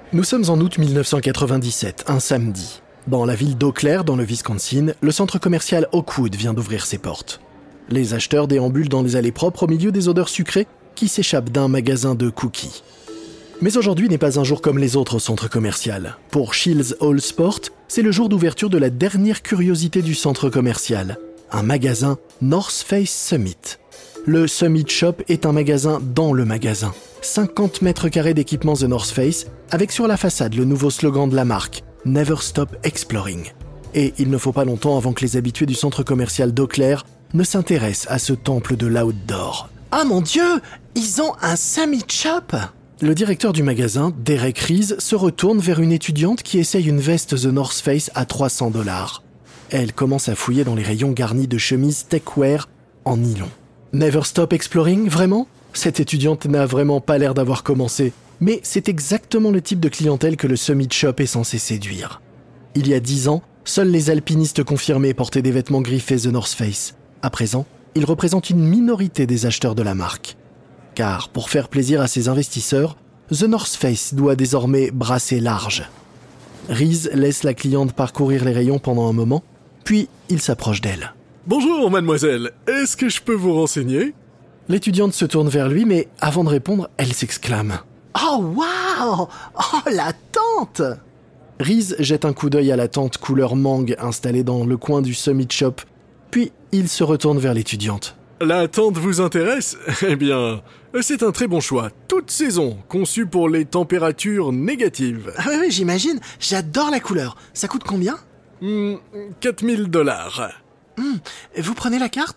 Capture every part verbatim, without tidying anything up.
Nous sommes en août mille neuf cent quatre-vingt-dix-sept, un samedi. Dans la ville d'Eau Claire, dans le Wisconsin, le centre commercial Oakwood vient d'ouvrir ses portes. Les acheteurs déambulent dans les allées propres au milieu des odeurs sucrées qui s'échappent d'un magasin de cookies. Mais aujourd'hui n'est pas un jour comme les autres au centre commercial. Pour Shields All Sport, c'est le jour d'ouverture de la dernière curiosité du centre commercial, un magasin North Face Summit. Le Summit Shop est un magasin dans le magasin. cinquante mètres carrés d'équipements The North Face, avec sur la façade le nouveau slogan de la marque, Never Stop Exploring. Et il ne faut pas longtemps avant que les habitués du centre commercial d'Eau Claire ne s'intéressent à ce temple de l'outdoor. Ah mon Dieu, ils ont un Summit Shop! Le directeur du magasin, Derek Rees, se retourne vers une étudiante qui essaye une veste The North Face à trois cents dollars. Elle commence à fouiller dans les rayons garnis de chemises techwear en nylon. Never Stop Exploring, vraiment ? Cette étudiante n'a vraiment pas l'air d'avoir commencé, mais c'est exactement le type de clientèle que le Summit Shop est censé séduire. Il y a dix ans, seuls les alpinistes confirmés portaient des vêtements griffés The North Face. À présent, ils représentent une minorité des acheteurs de la marque. Car pour faire plaisir à ses investisseurs, The North Face doit désormais brasser large. Rees laisse la cliente parcourir les rayons pendant un moment, puis il s'approche d'elle. « Bonjour mademoiselle, est-ce que je peux vous renseigner ?» L'étudiante se tourne vers lui, mais avant de répondre, elle s'exclame. « Oh waouh! Oh la tente !» Rees jette un coup d'œil à la tente couleur mangue installée dans le coin du Summit Shop, puis il se retourne vers l'étudiante. La tente vous intéresse ? Eh bien, c'est un très bon choix. Toute saison, conçue pour les températures négatives. Ah oui, oui, j'imagine. J'adore la couleur. Ça coûte combien ? Mmh, quatre mille dollars. Mmh. Vous prenez la carte ?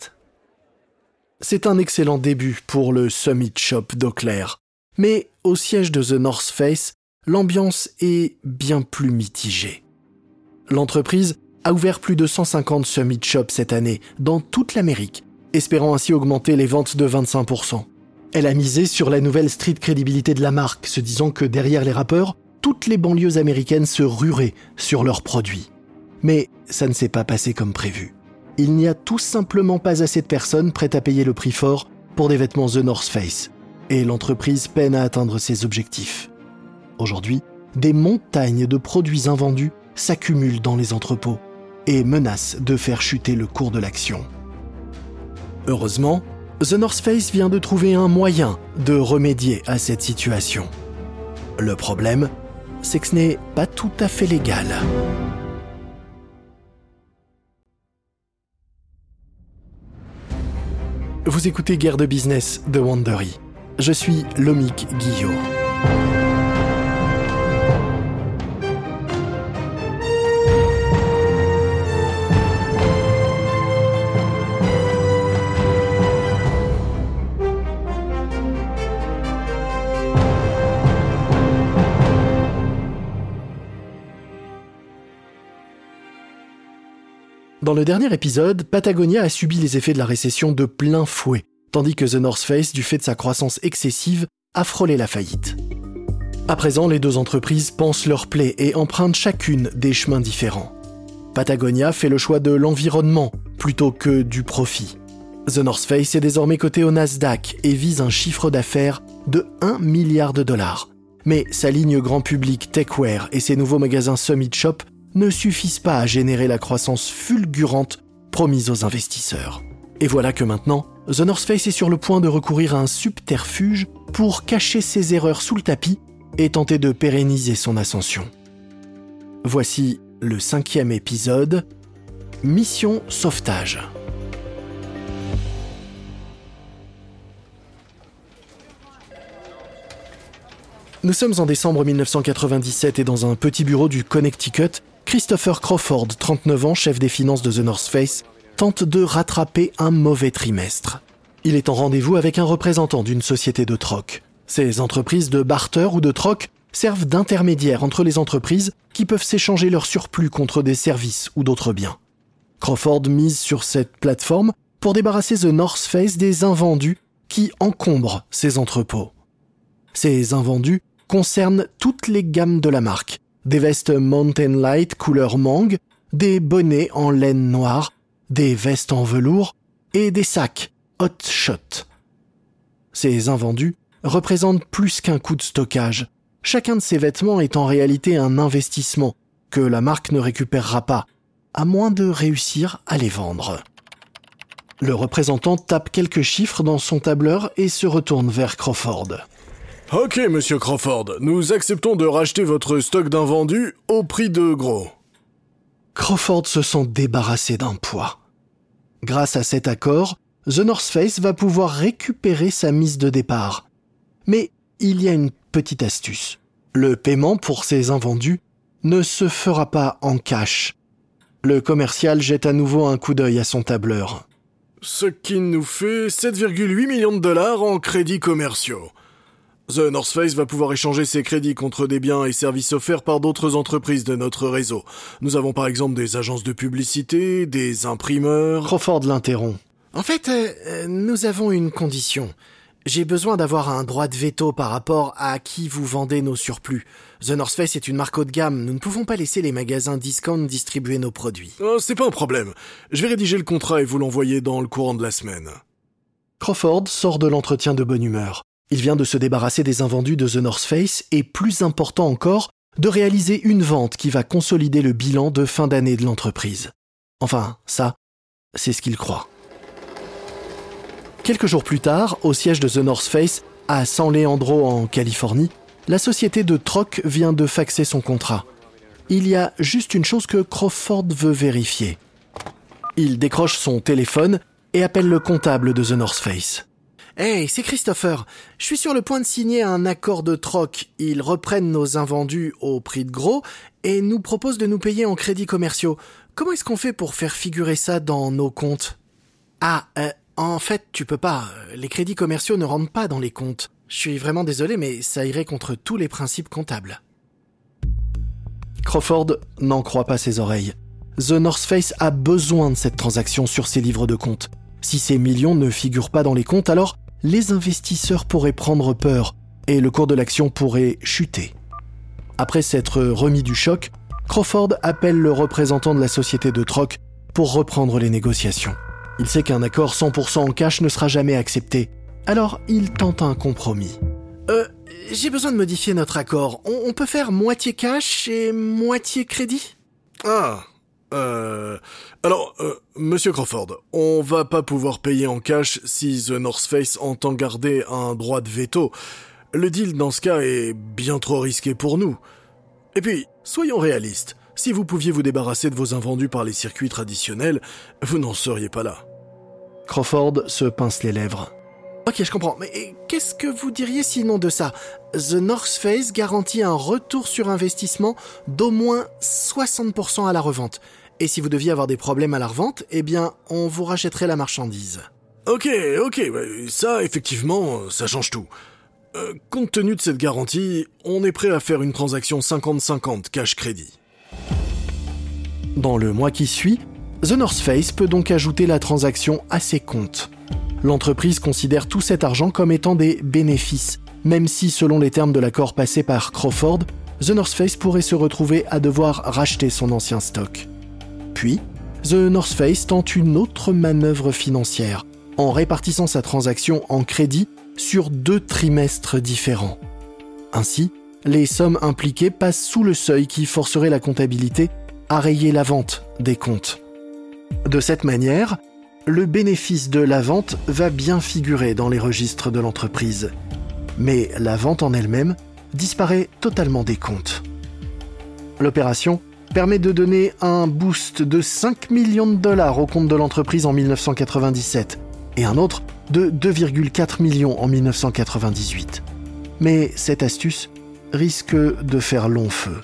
C'est un excellent début pour le Summit Shop d'Eau Claire. Mais au siège de The North Face, l'ambiance est bien plus mitigée. L'entreprise a ouvert plus de cent cinquante Summit Shops cette année, dans toute l'Amérique, espérant ainsi augmenter les ventes de vingt-cinq pour cent. Elle a misé sur la nouvelle street crédibilité de la marque, se disant que derrière les rappeurs, toutes les banlieues américaines se rueraient sur leurs produits. Mais ça ne s'est pas passé comme prévu. Il n'y a tout simplement pas assez de personnes prêtes à payer le prix fort pour des vêtements The North Face, et l'entreprise peine à atteindre ses objectifs. Aujourd'hui, des montagnes de produits invendus s'accumulent dans les entrepôts et menacent de faire chuter le cours de l'action. Heureusement, The North Face vient de trouver un moyen de remédier à cette situation. Le problème, c'est que ce n'est pas tout à fait légal. Vous écoutez Guerre de business de Wandery. Je suis Lomik Guillot. Dans le dernier épisode, Patagonia a subi les effets de la récession de plein fouet, tandis que The North Face, du fait de sa croissance excessive, a frôlé la faillite. À présent, les deux entreprises pansent leurs plaies et empruntent chacune des chemins différents. Patagonia fait le choix de l'environnement plutôt que du profit. The North Face est désormais coté au Nasdaq et vise un chiffre d'affaires de un milliard de dollars. Mais sa ligne grand public techwear et ses nouveaux magasins Summit Shop ne suffisent pas à générer la croissance fulgurante promise aux investisseurs. Et voilà que maintenant, The North Face est sur le point de recourir à un subterfuge pour cacher ses erreurs sous le tapis et tenter de pérenniser son ascension. Voici le cinquième épisode, Mission Sauvetage. Nous sommes en décembre mille neuf cent quatre-vingt-dix-sept et dans un petit bureau du Connecticut, Christopher Crawford, trente-neuf ans, chef des finances de The North Face, tente de rattraper un mauvais trimestre. Il est en rendez-vous avec un représentant d'une société de troc. Ces entreprises de barter ou de troc servent d'intermédiaires entre les entreprises qui peuvent s'échanger leur surplus contre des services ou d'autres biens. Crawford mise sur cette plateforme pour débarrasser The North Face des invendus qui encombrent ses entrepôts. Ces invendus concernent toutes les gammes de la marque. Des vestes Mountain Light couleur mangue, des bonnets en laine noire, des vestes en velours et des sacs Hot Shot. Ces invendus représentent plus qu'un coût de stockage. Chacun de ces vêtements est en réalité un investissement que la marque ne récupérera pas, à moins de réussir à les vendre. Le représentant tape quelques chiffres dans son tableur et se retourne vers Crawford. Ok, monsieur Crawford, nous acceptons de racheter votre stock d'invendus au prix de gros. Crawford se sent débarrassé d'un poids. Grâce à cet accord, The North Face va pouvoir récupérer sa mise de départ. Mais il y a une petite astuce. Le paiement pour ces invendus ne se fera pas en cash. Le commercial jette à nouveau un coup d'œil à son tableur. Ce qui nous fait sept virgule huit millions de dollars en crédits commerciaux. The North Face va pouvoir échanger ses crédits contre des biens et services offerts par d'autres entreprises de notre réseau. Nous avons par exemple des agences de publicité, des imprimeurs... Crawford l'interrompt. En fait, euh, nous avons une condition. J'ai besoin d'avoir un droit de veto par rapport à qui vous vendez nos surplus. The North Face est une marque haut de gamme. Nous ne pouvons pas laisser les magasins discount distribuer nos produits. Oh, c'est pas un problème. Je vais rédiger le contrat et vous l'envoyer dans le courant de la semaine. Crawford sort de l'entretien de bonne humeur. Il vient de se débarrasser des invendus de The North Face et, plus important encore, de réaliser une vente qui va consolider le bilan de fin d'année de l'entreprise. Enfin, ça, c'est ce qu'il croit. Quelques jours plus tard, au siège de The North Face, à San Leandro en Californie, la société de troc vient de faxer son contrat. Il y a juste une chose que Crawford veut vérifier. Il décroche son téléphone et appelle le comptable de The North Face. Hey, c'est Christopher. Je suis sur le point de signer un accord de troc. Ils reprennent nos invendus au prix de gros et nous proposent de nous payer en crédits commerciaux. Comment est-ce qu'on fait pour faire figurer ça dans nos comptes? Ah, euh, en fait, tu peux pas. Les crédits commerciaux ne rentrent pas dans les comptes. Je suis vraiment désolé, mais ça irait contre tous les principes comptables. Crawford n'en croit pas ses oreilles. The North Face a besoin de cette transaction sur ses livres de compte. Si ces millions ne figurent pas dans les comptes, alors les investisseurs pourraient prendre peur et le cours de l'action pourrait chuter. Après s'être remis du choc, Crawford appelle le représentant de la société de troc pour reprendre les négociations. Il sait qu'un accord cent pour cent en cash ne sera jamais accepté, alors il tente un compromis. Euh, j'ai besoin de modifier notre accord. On, on peut faire moitié cash et moitié crédit? Ah, euh... Alors, euh, monsieur Crawford, on va pas pouvoir payer en cash si The North Face entend garder un droit de veto. Le deal dans ce cas est bien trop risqué pour nous. Et puis, soyons réalistes. Si vous pouviez vous débarrasser de vos invendus par les circuits traditionnels, vous n'en seriez pas là. Crawford se pince les lèvres. Ok, je comprends. Mais qu'est-ce que vous diriez sinon de ça? The North Face garantit un retour sur investissement d'au moins soixante pour cent à la revente. Et si vous deviez avoir des problèmes à la revente, eh bien, on vous rachèterait la marchandise. Ok, ok, ça, effectivement, ça change tout. Euh, compte tenu de cette garantie, on est prêt à faire une transaction cinquante cinquante cash-crédit. Dans le mois qui suit, The North Face peut donc ajouter la transaction à ses comptes. L'entreprise considère tout cet argent comme étant des bénéfices, même si, selon les termes de l'accord passé par Crawford, The North Face pourrait se retrouver à devoir racheter son ancien stock. Puis, The North Face tente une autre manœuvre financière, en répartissant sa transaction en crédit sur deux trimestres différents. Ainsi, les sommes impliquées passent sous le seuil qui forcerait la comptabilité à rayer la vente des comptes. De cette manière, le bénéfice de la vente va bien figurer dans les registres de l'entreprise. Mais la vente en elle-même disparaît totalement des comptes. L'opération permet de donner un boost de cinq millions de dollars au compte de l'entreprise en dix-neuf cent quatre-vingt-dix-sept et un autre de deux virgule quatre millions en dix-neuf cent quatre-vingt-dix-huit. Mais cette astuce risque de faire long feu.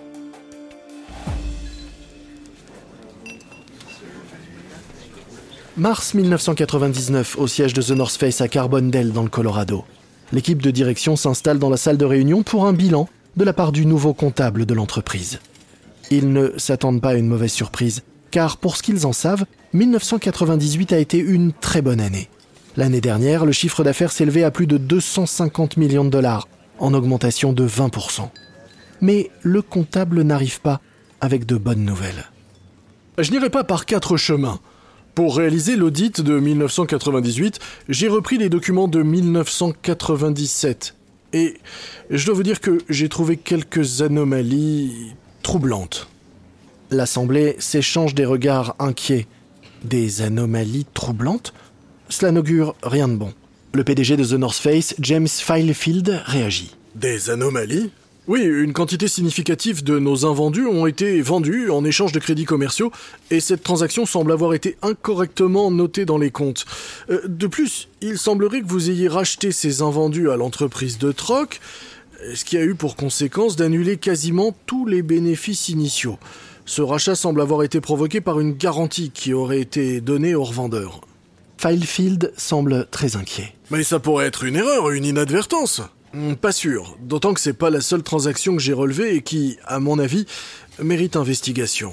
Mars dix-neuf cent quatre-vingt-dix-neuf, au siège de The North Face à Carbondale dans le Colorado. L'équipe de direction s'installe dans la salle de réunion pour un bilan de la part du nouveau comptable de l'entreprise. Ils ne s'attendent pas à une mauvaise surprise, car pour ce qu'ils en savent, dix-neuf cent quatre-vingt-dix-huit a été une très bonne année. L'année dernière, le chiffre d'affaires s'élevait à plus de deux cent cinquante millions de dollars, en augmentation de vingt pour cent. Mais le comptable n'arrive pas avec de bonnes nouvelles. Je n'irai pas par quatre chemins. Pour réaliser l'audit de dix-neuf cent quatre-vingt-dix-huit, j'ai repris les documents de dix-neuf cent quatre-vingt-dix-sept. Et je dois vous dire que j'ai trouvé quelques anomalies troublantes. L'Assemblée s'échange des regards inquiets. Des anomalies troublantes ? Cela n'augure rien de bon. Le P D G de The North Face, James Filefield, réagit. Des anomalies ? Oui, une quantité significative de nos invendus ont été vendus en échange de crédits commerciaux, et cette transaction semble avoir été incorrectement notée dans les comptes. Euh, de plus, il semblerait que vous ayez racheté ces invendus à l'entreprise de troc, ce qui a eu pour conséquence d'annuler quasiment tous les bénéfices initiaux. Ce rachat semble avoir été provoqué par une garantie qui aurait été donnée aux revendeurs. Filefield semble très inquiet. Mais ça pourrait être une erreur, une inadvertance. Pas sûr, d'autant que c'est pas la seule transaction que j'ai relevée et qui, à mon avis, mérite investigation.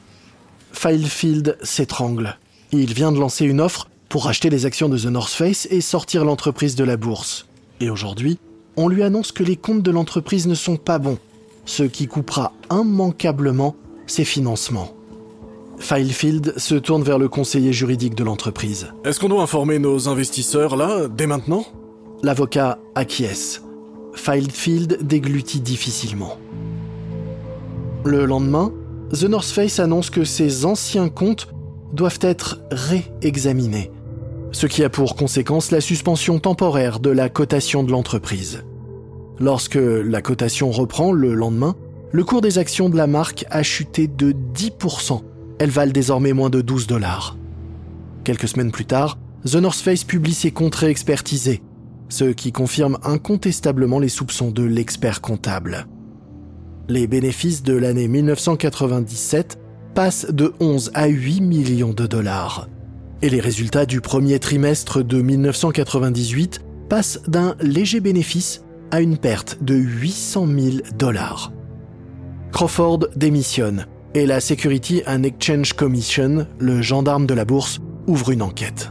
Filefield s'étrangle. Il vient de lancer une offre pour racheter les actions de The North Face et sortir l'entreprise de la bourse. Et aujourd'hui, on lui annonce que les comptes de l'entreprise ne sont pas bons, ce qui coupera immanquablement ses financements. Filefield se tourne vers le conseiller juridique de l'entreprise. Est-ce qu'on doit informer nos investisseurs, là, dès maintenant ? L'avocat acquiesce. Filefield déglutit difficilement. Le lendemain, The North Face annonce que ses anciens comptes doivent être réexaminés, ce qui a pour conséquence la suspension temporaire de la cotation de l'entreprise. Lorsque la cotation reprend le lendemain, le cours des actions de la marque a chuté de dix pour cent. Elles valent désormais moins de douze dollars. Quelques semaines plus tard, The North Face publie ses comptes réexpertisés, ce qui confirme incontestablement les soupçons de l'expert comptable. Les bénéfices de l'année dix-neuf cent quatre-vingt-dix-sept passent de onze à huit millions de dollars. Et les résultats du premier trimestre de dix-neuf cent quatre-vingt-dix-huit passent d'un léger bénéfice à une perte de huit cent mille dollars. Crawford démissionne et la Security and Exchange Commission, le gendarme de la bourse, ouvre une enquête.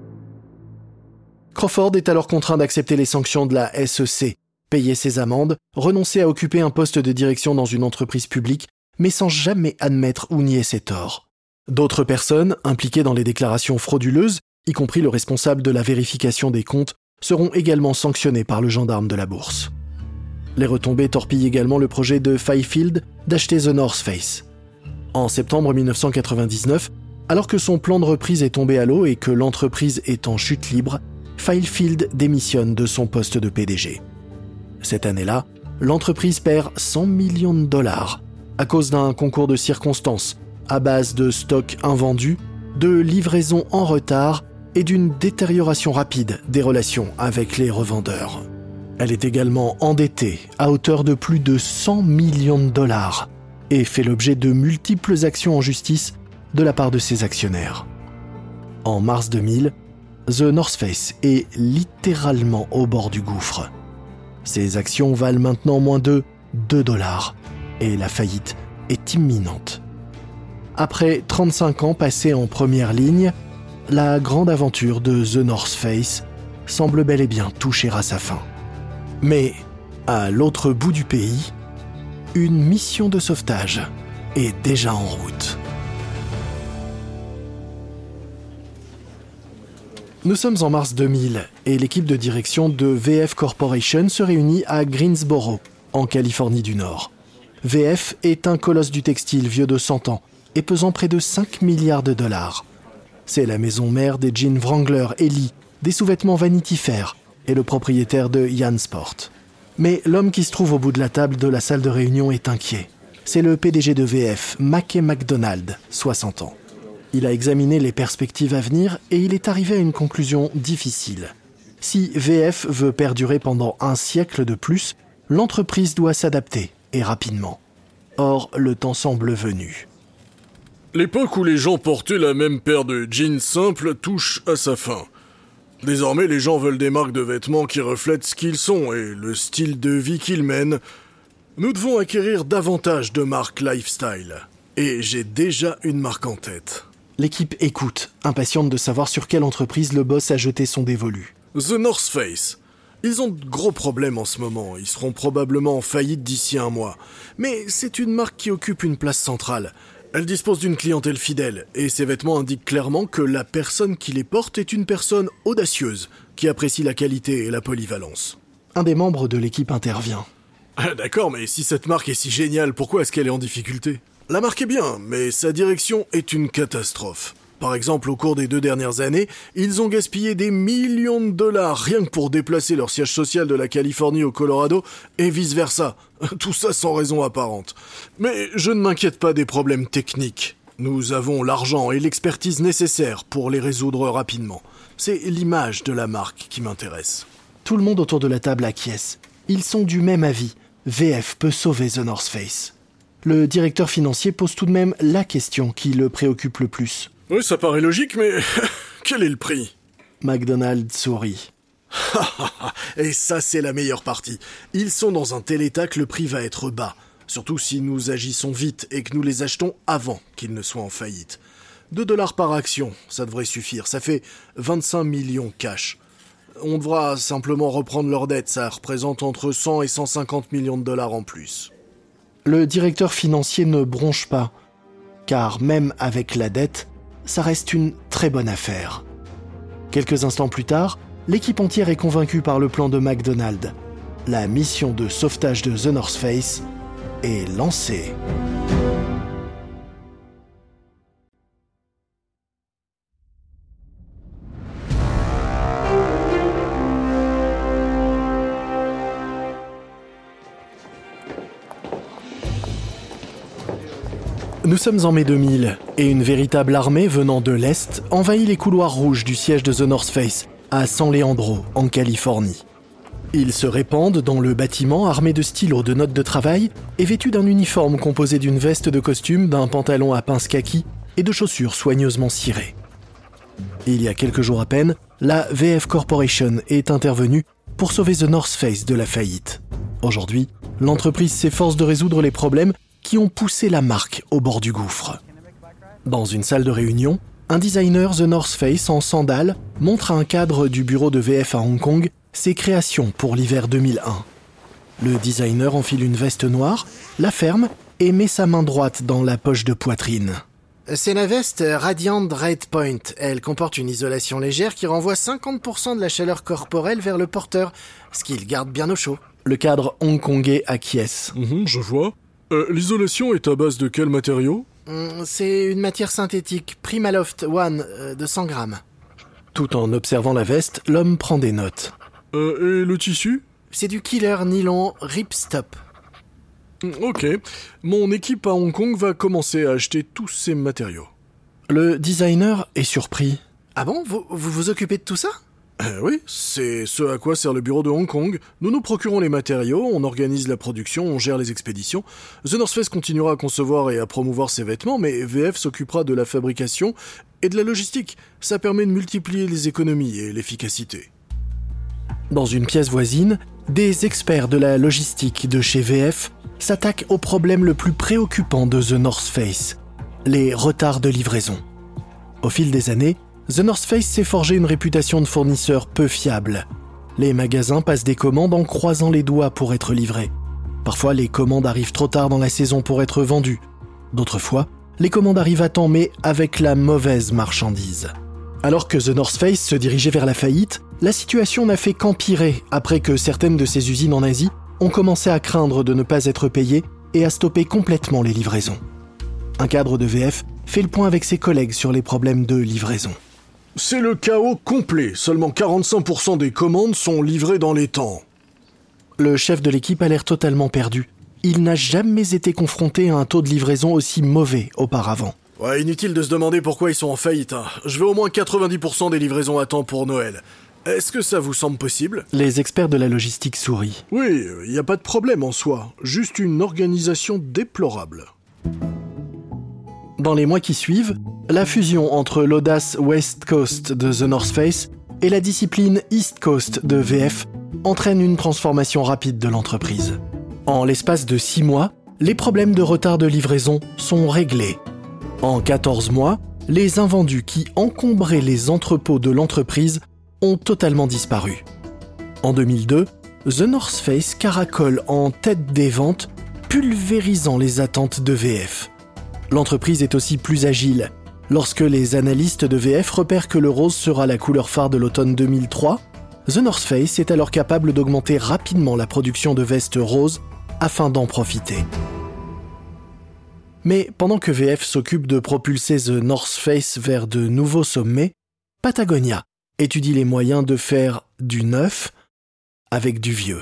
Crawford est alors contraint d'accepter les sanctions de la S E C, payer ses amendes, renoncer à occuper un poste de direction dans une entreprise publique, mais sans jamais admettre ou nier ses torts. D'autres personnes, impliquées dans les déclarations frauduleuses, y compris le responsable de la vérification des comptes, seront également sanctionnées par le gendarme de la bourse. Les retombées torpillent également le projet de Filefield d'acheter The North Face. En septembre dix-neuf cent quatre-vingt-dix-neuf, alors que son plan de reprise est tombé à l'eau et que l'entreprise est en chute libre, Filefield démissionne de son poste de P D G. Cette année-là, l'entreprise perd cent millions de dollars à cause d'un concours de circonstances à base de stocks invendus, de livraisons en retard et d'une détérioration rapide des relations avec les revendeurs. Elle est également endettée à hauteur de plus de cent millions de dollars et fait l'objet de multiples actions en justice de la part de ses actionnaires. En mars deux mille, The North Face est littéralement au bord du gouffre. Ses actions valent maintenant moins de deux dollars et la faillite est imminente. Après trente-cinq ans passés en première ligne, la grande aventure de The North Face semble bel et bien toucher à sa fin. Mais, à l'autre bout du pays, une mission de sauvetage est déjà en route. Nous sommes en mars deux mille et l'équipe de direction de V F Corporation se réunit à Greensboro, en Californie du Nord. V F est un colosse du textile vieux de cent ans et pesant près de cinq milliards de dollars. C'est la maison mère des jeans Wrangler et Lee, des sous-vêtements Vanity Fair et le propriétaire de Jansport. Mais l'homme qui se trouve au bout de la table de la salle de réunion est inquiet. C'est le P D G de V F, Mackay McDonald, soixante ans. Il a examiné les perspectives à venir et il est arrivé à une conclusion difficile. Si V F veut perdurer pendant un siècle de plus, l'entreprise doit s'adapter, et rapidement. Or, le temps semble venu. L'époque où les gens portaient la même paire de jeans simples touche à sa fin. Désormais, les gens veulent des marques de vêtements qui reflètent ce qu'ils sont et le style de vie qu'ils mènent. Nous devons acquérir davantage de marques lifestyle. Et j'ai déjà une marque en tête. L'équipe écoute, impatiente de savoir sur quelle entreprise le boss a jeté son dévolu. The North Face. Ils ont de gros problèmes en ce moment. Ils seront probablement en faillite d'ici un mois. Mais c'est une marque qui occupe une place centrale. Elle dispose d'une clientèle fidèle, et ses vêtements indiquent clairement que la personne qui les porte est une personne audacieuse, qui apprécie la qualité et la polyvalence. Un des membres de l'équipe intervient. Ah, d'accord, mais si cette marque est si géniale, pourquoi est-ce qu'elle est en difficulté ? La marque est bien, mais sa direction est une catastrophe. Par exemple, au cours des deux dernières années, ils ont gaspillé des millions de dollars rien que pour déplacer leur siège social de la Californie au Colorado et vice-versa. Tout ça sans raison apparente. Mais je ne m'inquiète pas des problèmes techniques. Nous avons l'argent et l'expertise nécessaires pour les résoudre rapidement. C'est l'image de la marque qui m'intéresse. Tout le monde autour de la table acquiesce. Ils sont du même avis. V F peut sauver The North Face. Le directeur financier pose tout de même la question qui le préoccupe le plus. Oui, ça paraît logique, mais quel est le prix ? McDonald sourit. Et ça, c'est la meilleure partie. Ils sont dans un tel état que le prix va être bas. Surtout si nous agissons vite et que nous les achetons avant qu'ils ne soient en faillite. deux dollars par action, ça devrait suffire. Ça fait vingt-cinq millions cash. On devra simplement reprendre leur dette. Ça représente entre cent et cent cinquante millions de dollars en plus. Le directeur financier ne bronche pas. Car même avec la dette, ça reste une très bonne affaire. Quelques instants plus tard, l'équipe entière est convaincue par le plan de McDonald. La mission de sauvetage de The North Face est lancée. Nous sommes en mai deux mille, et une véritable armée venant de l'Est envahit les couloirs rouges du siège de The North Face, à San Leandro, en Californie. Ils se répandent dans le bâtiment armés de stylos, de notes de travail et vêtus d'un uniforme composé d'une veste de costume, d'un pantalon à pince kaki et de chaussures soigneusement cirées. Il y a quelques jours à peine, la V F Corporation est intervenue pour sauver The North Face de la faillite. Aujourd'hui, l'entreprise s'efforce de résoudre les problèmes qui ont poussé la marque au bord du gouffre. Dans une salle de réunion, un designer The North Face en sandales montre à un cadre du bureau de V F à Hong Kong ses créations pour l'hiver deux mille un. Le designer enfile une veste noire, la ferme et met sa main droite dans la poche de poitrine. C'est la veste Radiant Red Point. Elle comporte une isolation légère qui renvoie cinquante pour cent de la chaleur corporelle vers le porteur, ce qui le garde bien au chaud. Le cadre hongkongais acquiesce. Mmh, je vois. Euh, l'isolation est à base de quel matériau ? C'est une matière synthétique, Primaloft One, euh, de cent grammes. Tout en observant la veste, l'homme prend des notes. Euh, et le tissu ? C'est du killer nylon Ripstop. Ok. Mon équipe à Hong Kong va commencer à acheter tous ces matériaux. Le designer est surpris. Ah bon ? Vous vous, vous occupez de tout ça ? Euh, oui, c'est ce à quoi sert le bureau de Hong Kong. Nous nous procurons les matériaux, on organise la production, on gère les expéditions. The North Face continuera à concevoir et à promouvoir ses vêtements, mais V F s'occupera de la fabrication et de la logistique. Ça permet de multiplier les économies et l'efficacité. Dans une pièce voisine, des experts de la logistique de chez V F s'attaquent au problème le plus préoccupant de The North Face, les retards de livraison. Au fil des années, The North Face s'est forgé une réputation de fournisseur peu fiable. Les magasins passent des commandes en croisant les doigts pour être livrés. Parfois, les commandes arrivent trop tard dans la saison pour être vendues. D'autres fois, les commandes arrivent à temps mais avec la mauvaise marchandise. Alors que The North Face se dirigeait vers la faillite, la situation n'a fait qu'empirer après que certaines de ses usines en Asie ont commencé à craindre de ne pas être payées et à stopper complètement les livraisons. Un cadre de V F fait le point avec ses collègues sur les problèmes de livraison. C'est le chaos complet. Seulement quarante-cinq pour cent des commandes sont livrées dans les temps. Le chef de l'équipe a l'air totalement perdu. Il n'a jamais été confronté à un taux de livraison aussi mauvais auparavant. Ouais, inutile de se demander pourquoi ils sont en faillite. Hein. Je veux au moins quatre-vingt-dix pour cent des livraisons à temps pour Noël. Est-ce que ça vous semble possible ? Les experts de la logistique sourient. Oui, il n'y a pas de problème en soi. Juste une organisation déplorable. Dans les mois qui suivent, la fusion entre l'audace West Coast de The North Face et la discipline East Coast de V F entraîne une transformation rapide de l'entreprise. En l'espace de six mois, les problèmes de retard de livraison sont réglés. En quatorze mois, les invendus qui encombraient les entrepôts de l'entreprise ont totalement disparu. En deux mille deux, The North Face caracole en tête des ventes, pulvérisant les attentes de V F. L'entreprise est aussi plus agile. Lorsque les analystes de V F repèrent que le rose sera la couleur phare de l'automne deux mille trois, The North Face est alors capable d'augmenter rapidement la production de vestes roses afin d'en profiter. Mais pendant que V F s'occupe de propulser The North Face vers de nouveaux sommets, Patagonia étudie les moyens de faire du neuf avec du vieux.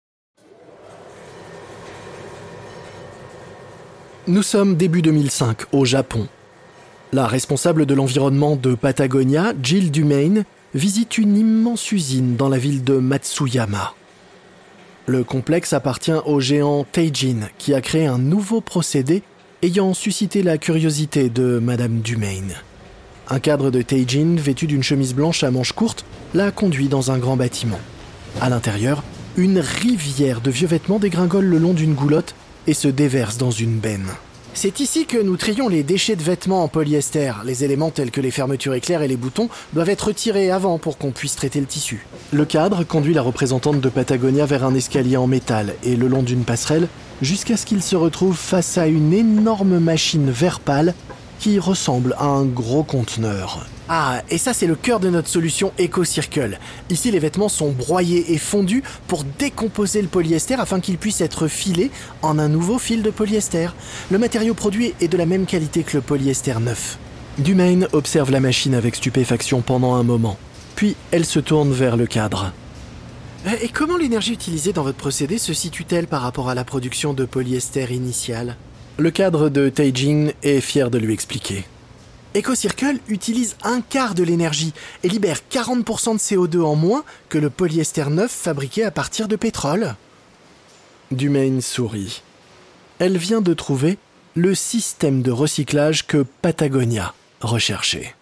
Nous sommes début deux mille cinq, au Japon. La responsable de l'environnement de Patagonia, Jill Dumaine, visite une immense usine dans la ville de Matsuyama. Le complexe appartient au géant Teijin, qui a créé un nouveau procédé ayant suscité la curiosité de Madame Dumaine. Un cadre de Teijin, vêtu d'une chemise blanche à manches courtes, la conduit dans un grand bâtiment. À l'intérieur, une rivière de vieux vêtements dégringole le long d'une goulotte et se déverse dans une benne. C'est ici que nous trions les déchets de vêtements en polyester. Les éléments tels que les fermetures éclairs et les boutons doivent être retirés avant pour qu'on puisse traiter le tissu. Le cadre conduit la représentante de Patagonia vers un escalier en métal et le long d'une passerelle jusqu'à ce qu'il se retrouve face à une énorme machine vert pâle qui ressemble à un gros conteneur. Ah, et ça c'est le cœur de notre solution EcoCircle. Ici les vêtements sont broyés et fondus pour décomposer le polyester afin qu'il puisse être filé en un nouveau fil de polyester. Le matériau produit est de la même qualité que le polyester neuf. Dumaine observe la machine avec stupéfaction pendant un moment, puis elle se tourne vers le cadre. Et comment l'énergie utilisée dans votre procédé se situe-t-elle par rapport à la production de polyester initiale ? Le cadre de Teijin est fier de lui expliquer. EcoCircle utilise un quart de l'énergie et libère quarante pour cent de C O deux en moins que le polyester neuf fabriqué à partir de pétrole. Dumaine sourit. Elle vient de trouver le système de recyclage que Patagonia recherchait.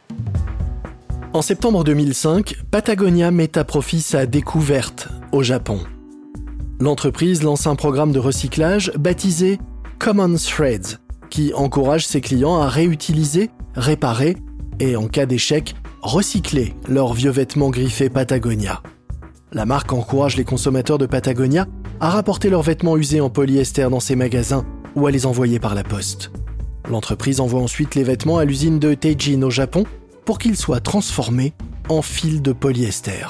En septembre deux mille cinq, Patagonia met à profit sa découverte au Japon. L'entreprise lance un programme de recyclage baptisé Common Threads, qui encourage ses clients à réutiliser, réparer et, en cas d'échec, recycler leurs vieux vêtements griffés Patagonia. La marque encourage les consommateurs de Patagonia à rapporter leurs vêtements usés en polyester dans ses magasins ou à les envoyer par la poste. L'entreprise envoie ensuite les vêtements à l'usine de Teijin au Japon pour qu'ils soient transformés en fils de polyester.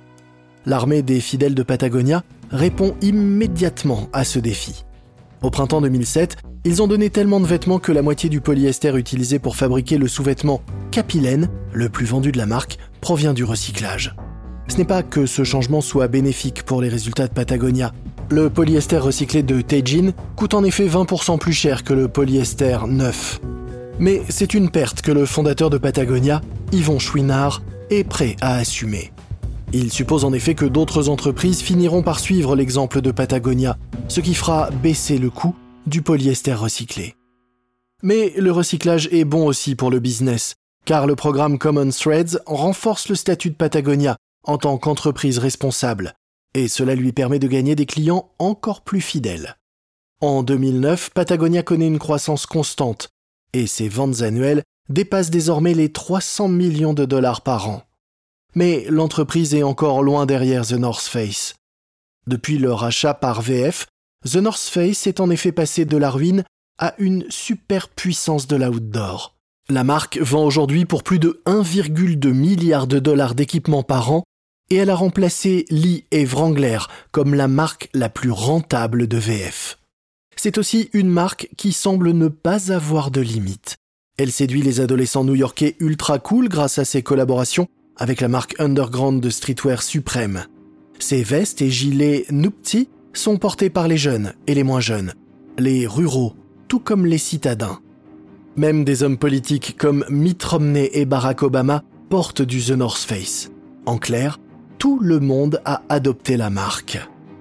L'armée des fidèles de Patagonia répond immédiatement à ce défi. Au printemps deux mille sept, ils ont donné tellement de vêtements que la moitié du polyester utilisé pour fabriquer le sous-vêtement Capilène, le plus vendu de la marque, provient du recyclage. Ce n'est pas que ce changement soit bénéfique pour les résultats de Patagonia. Le polyester recyclé de Teijin coûte en effet vingt pour cent plus cher que le polyester neuf. Mais c'est une perte que le fondateur de Patagonia, Yvon Chouinard, est prêt à assumer. Il suppose en effet que d'autres entreprises finiront par suivre l'exemple de Patagonia, ce qui fera baisser le coût du polyester recyclé. Mais le recyclage est bon aussi pour le business, car le programme Common Threads renforce le statut de Patagonia en tant qu'entreprise responsable, et cela lui permet de gagner des clients encore plus fidèles. En deux mille neuf, Patagonia connaît une croissance constante, et ses ventes annuelles dépassent désormais les trois cents millions de dollars par an. Mais l'entreprise est encore loin derrière The North Face. Depuis le rachat par V F, The North Face est en effet passé de la ruine à une superpuissance de l'outdoor. La marque vend aujourd'hui pour plus de un virgule deux milliard de dollars d'équipements par an et elle a remplacé Lee et Wrangler comme la marque la plus rentable de V F. C'est aussi une marque qui semble ne pas avoir de limite. Elle séduit les adolescents new-yorkais ultra cool grâce à ses collaborations avec la marque underground de streetwear suprême. Ses vestes et gilets Nuptse sont portés par les jeunes et les moins jeunes, les ruraux, tout comme les citadins. Même des hommes politiques comme Mitt Romney et Barack Obama portent du The North Face. En clair, tout le monde a adopté la marque.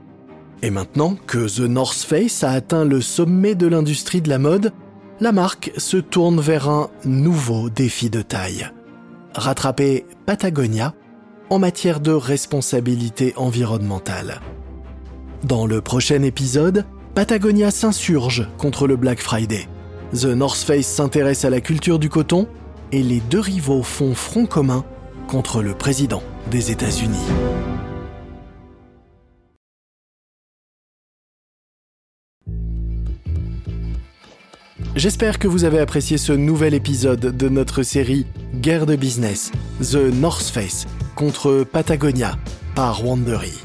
Et maintenant que The North Face a atteint le sommet de l'industrie de la mode, la marque se tourne vers un nouveau défi de taille. Rattraper Patagonia en matière de responsabilité environnementale. Dans le prochain épisode, Patagonia s'insurge contre le Black Friday. The North Face s'intéresse à la culture du coton et les deux rivaux font front commun contre le président des États-Unis. J'espère que vous avez apprécié ce nouvel épisode de notre série Guerre de business, The North Face contre Patagonia, par Wandery.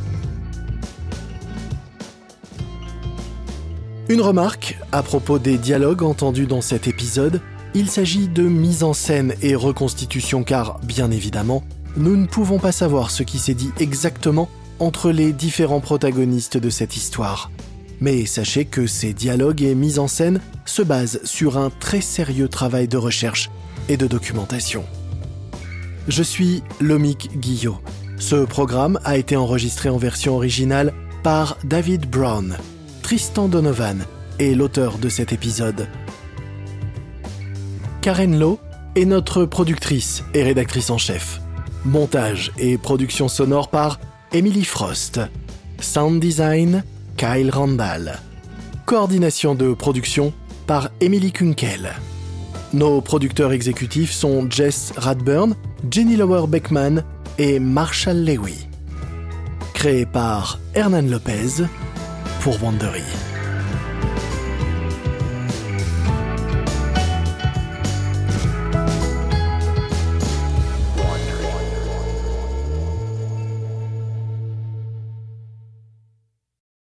Une remarque à propos des dialogues entendus dans cet épisode, il s'agit de mise en scène et reconstitution car, bien évidemment, nous ne pouvons pas savoir ce qui s'est dit exactement entre les différents protagonistes de cette histoire. Mais sachez que ces dialogues et mises en scène se basent sur un très sérieux travail de recherche et de documentation. Je suis Lomik Guillot. Ce programme a été enregistré en version originale par David Brown, Tristan Donovan est l'auteur de cet épisode. Karen Lowe est notre productrice et rédactrice en chef. Montage et production sonore par Emily Frost. Sound design, Kyle Randall. Coordination de production par Emily Kunkel. Nos producteurs exécutifs sont Jess Radburn, Jenny Lower Beckman et Marshall Lewy. Créé par Hernan Lopez pour Wandery.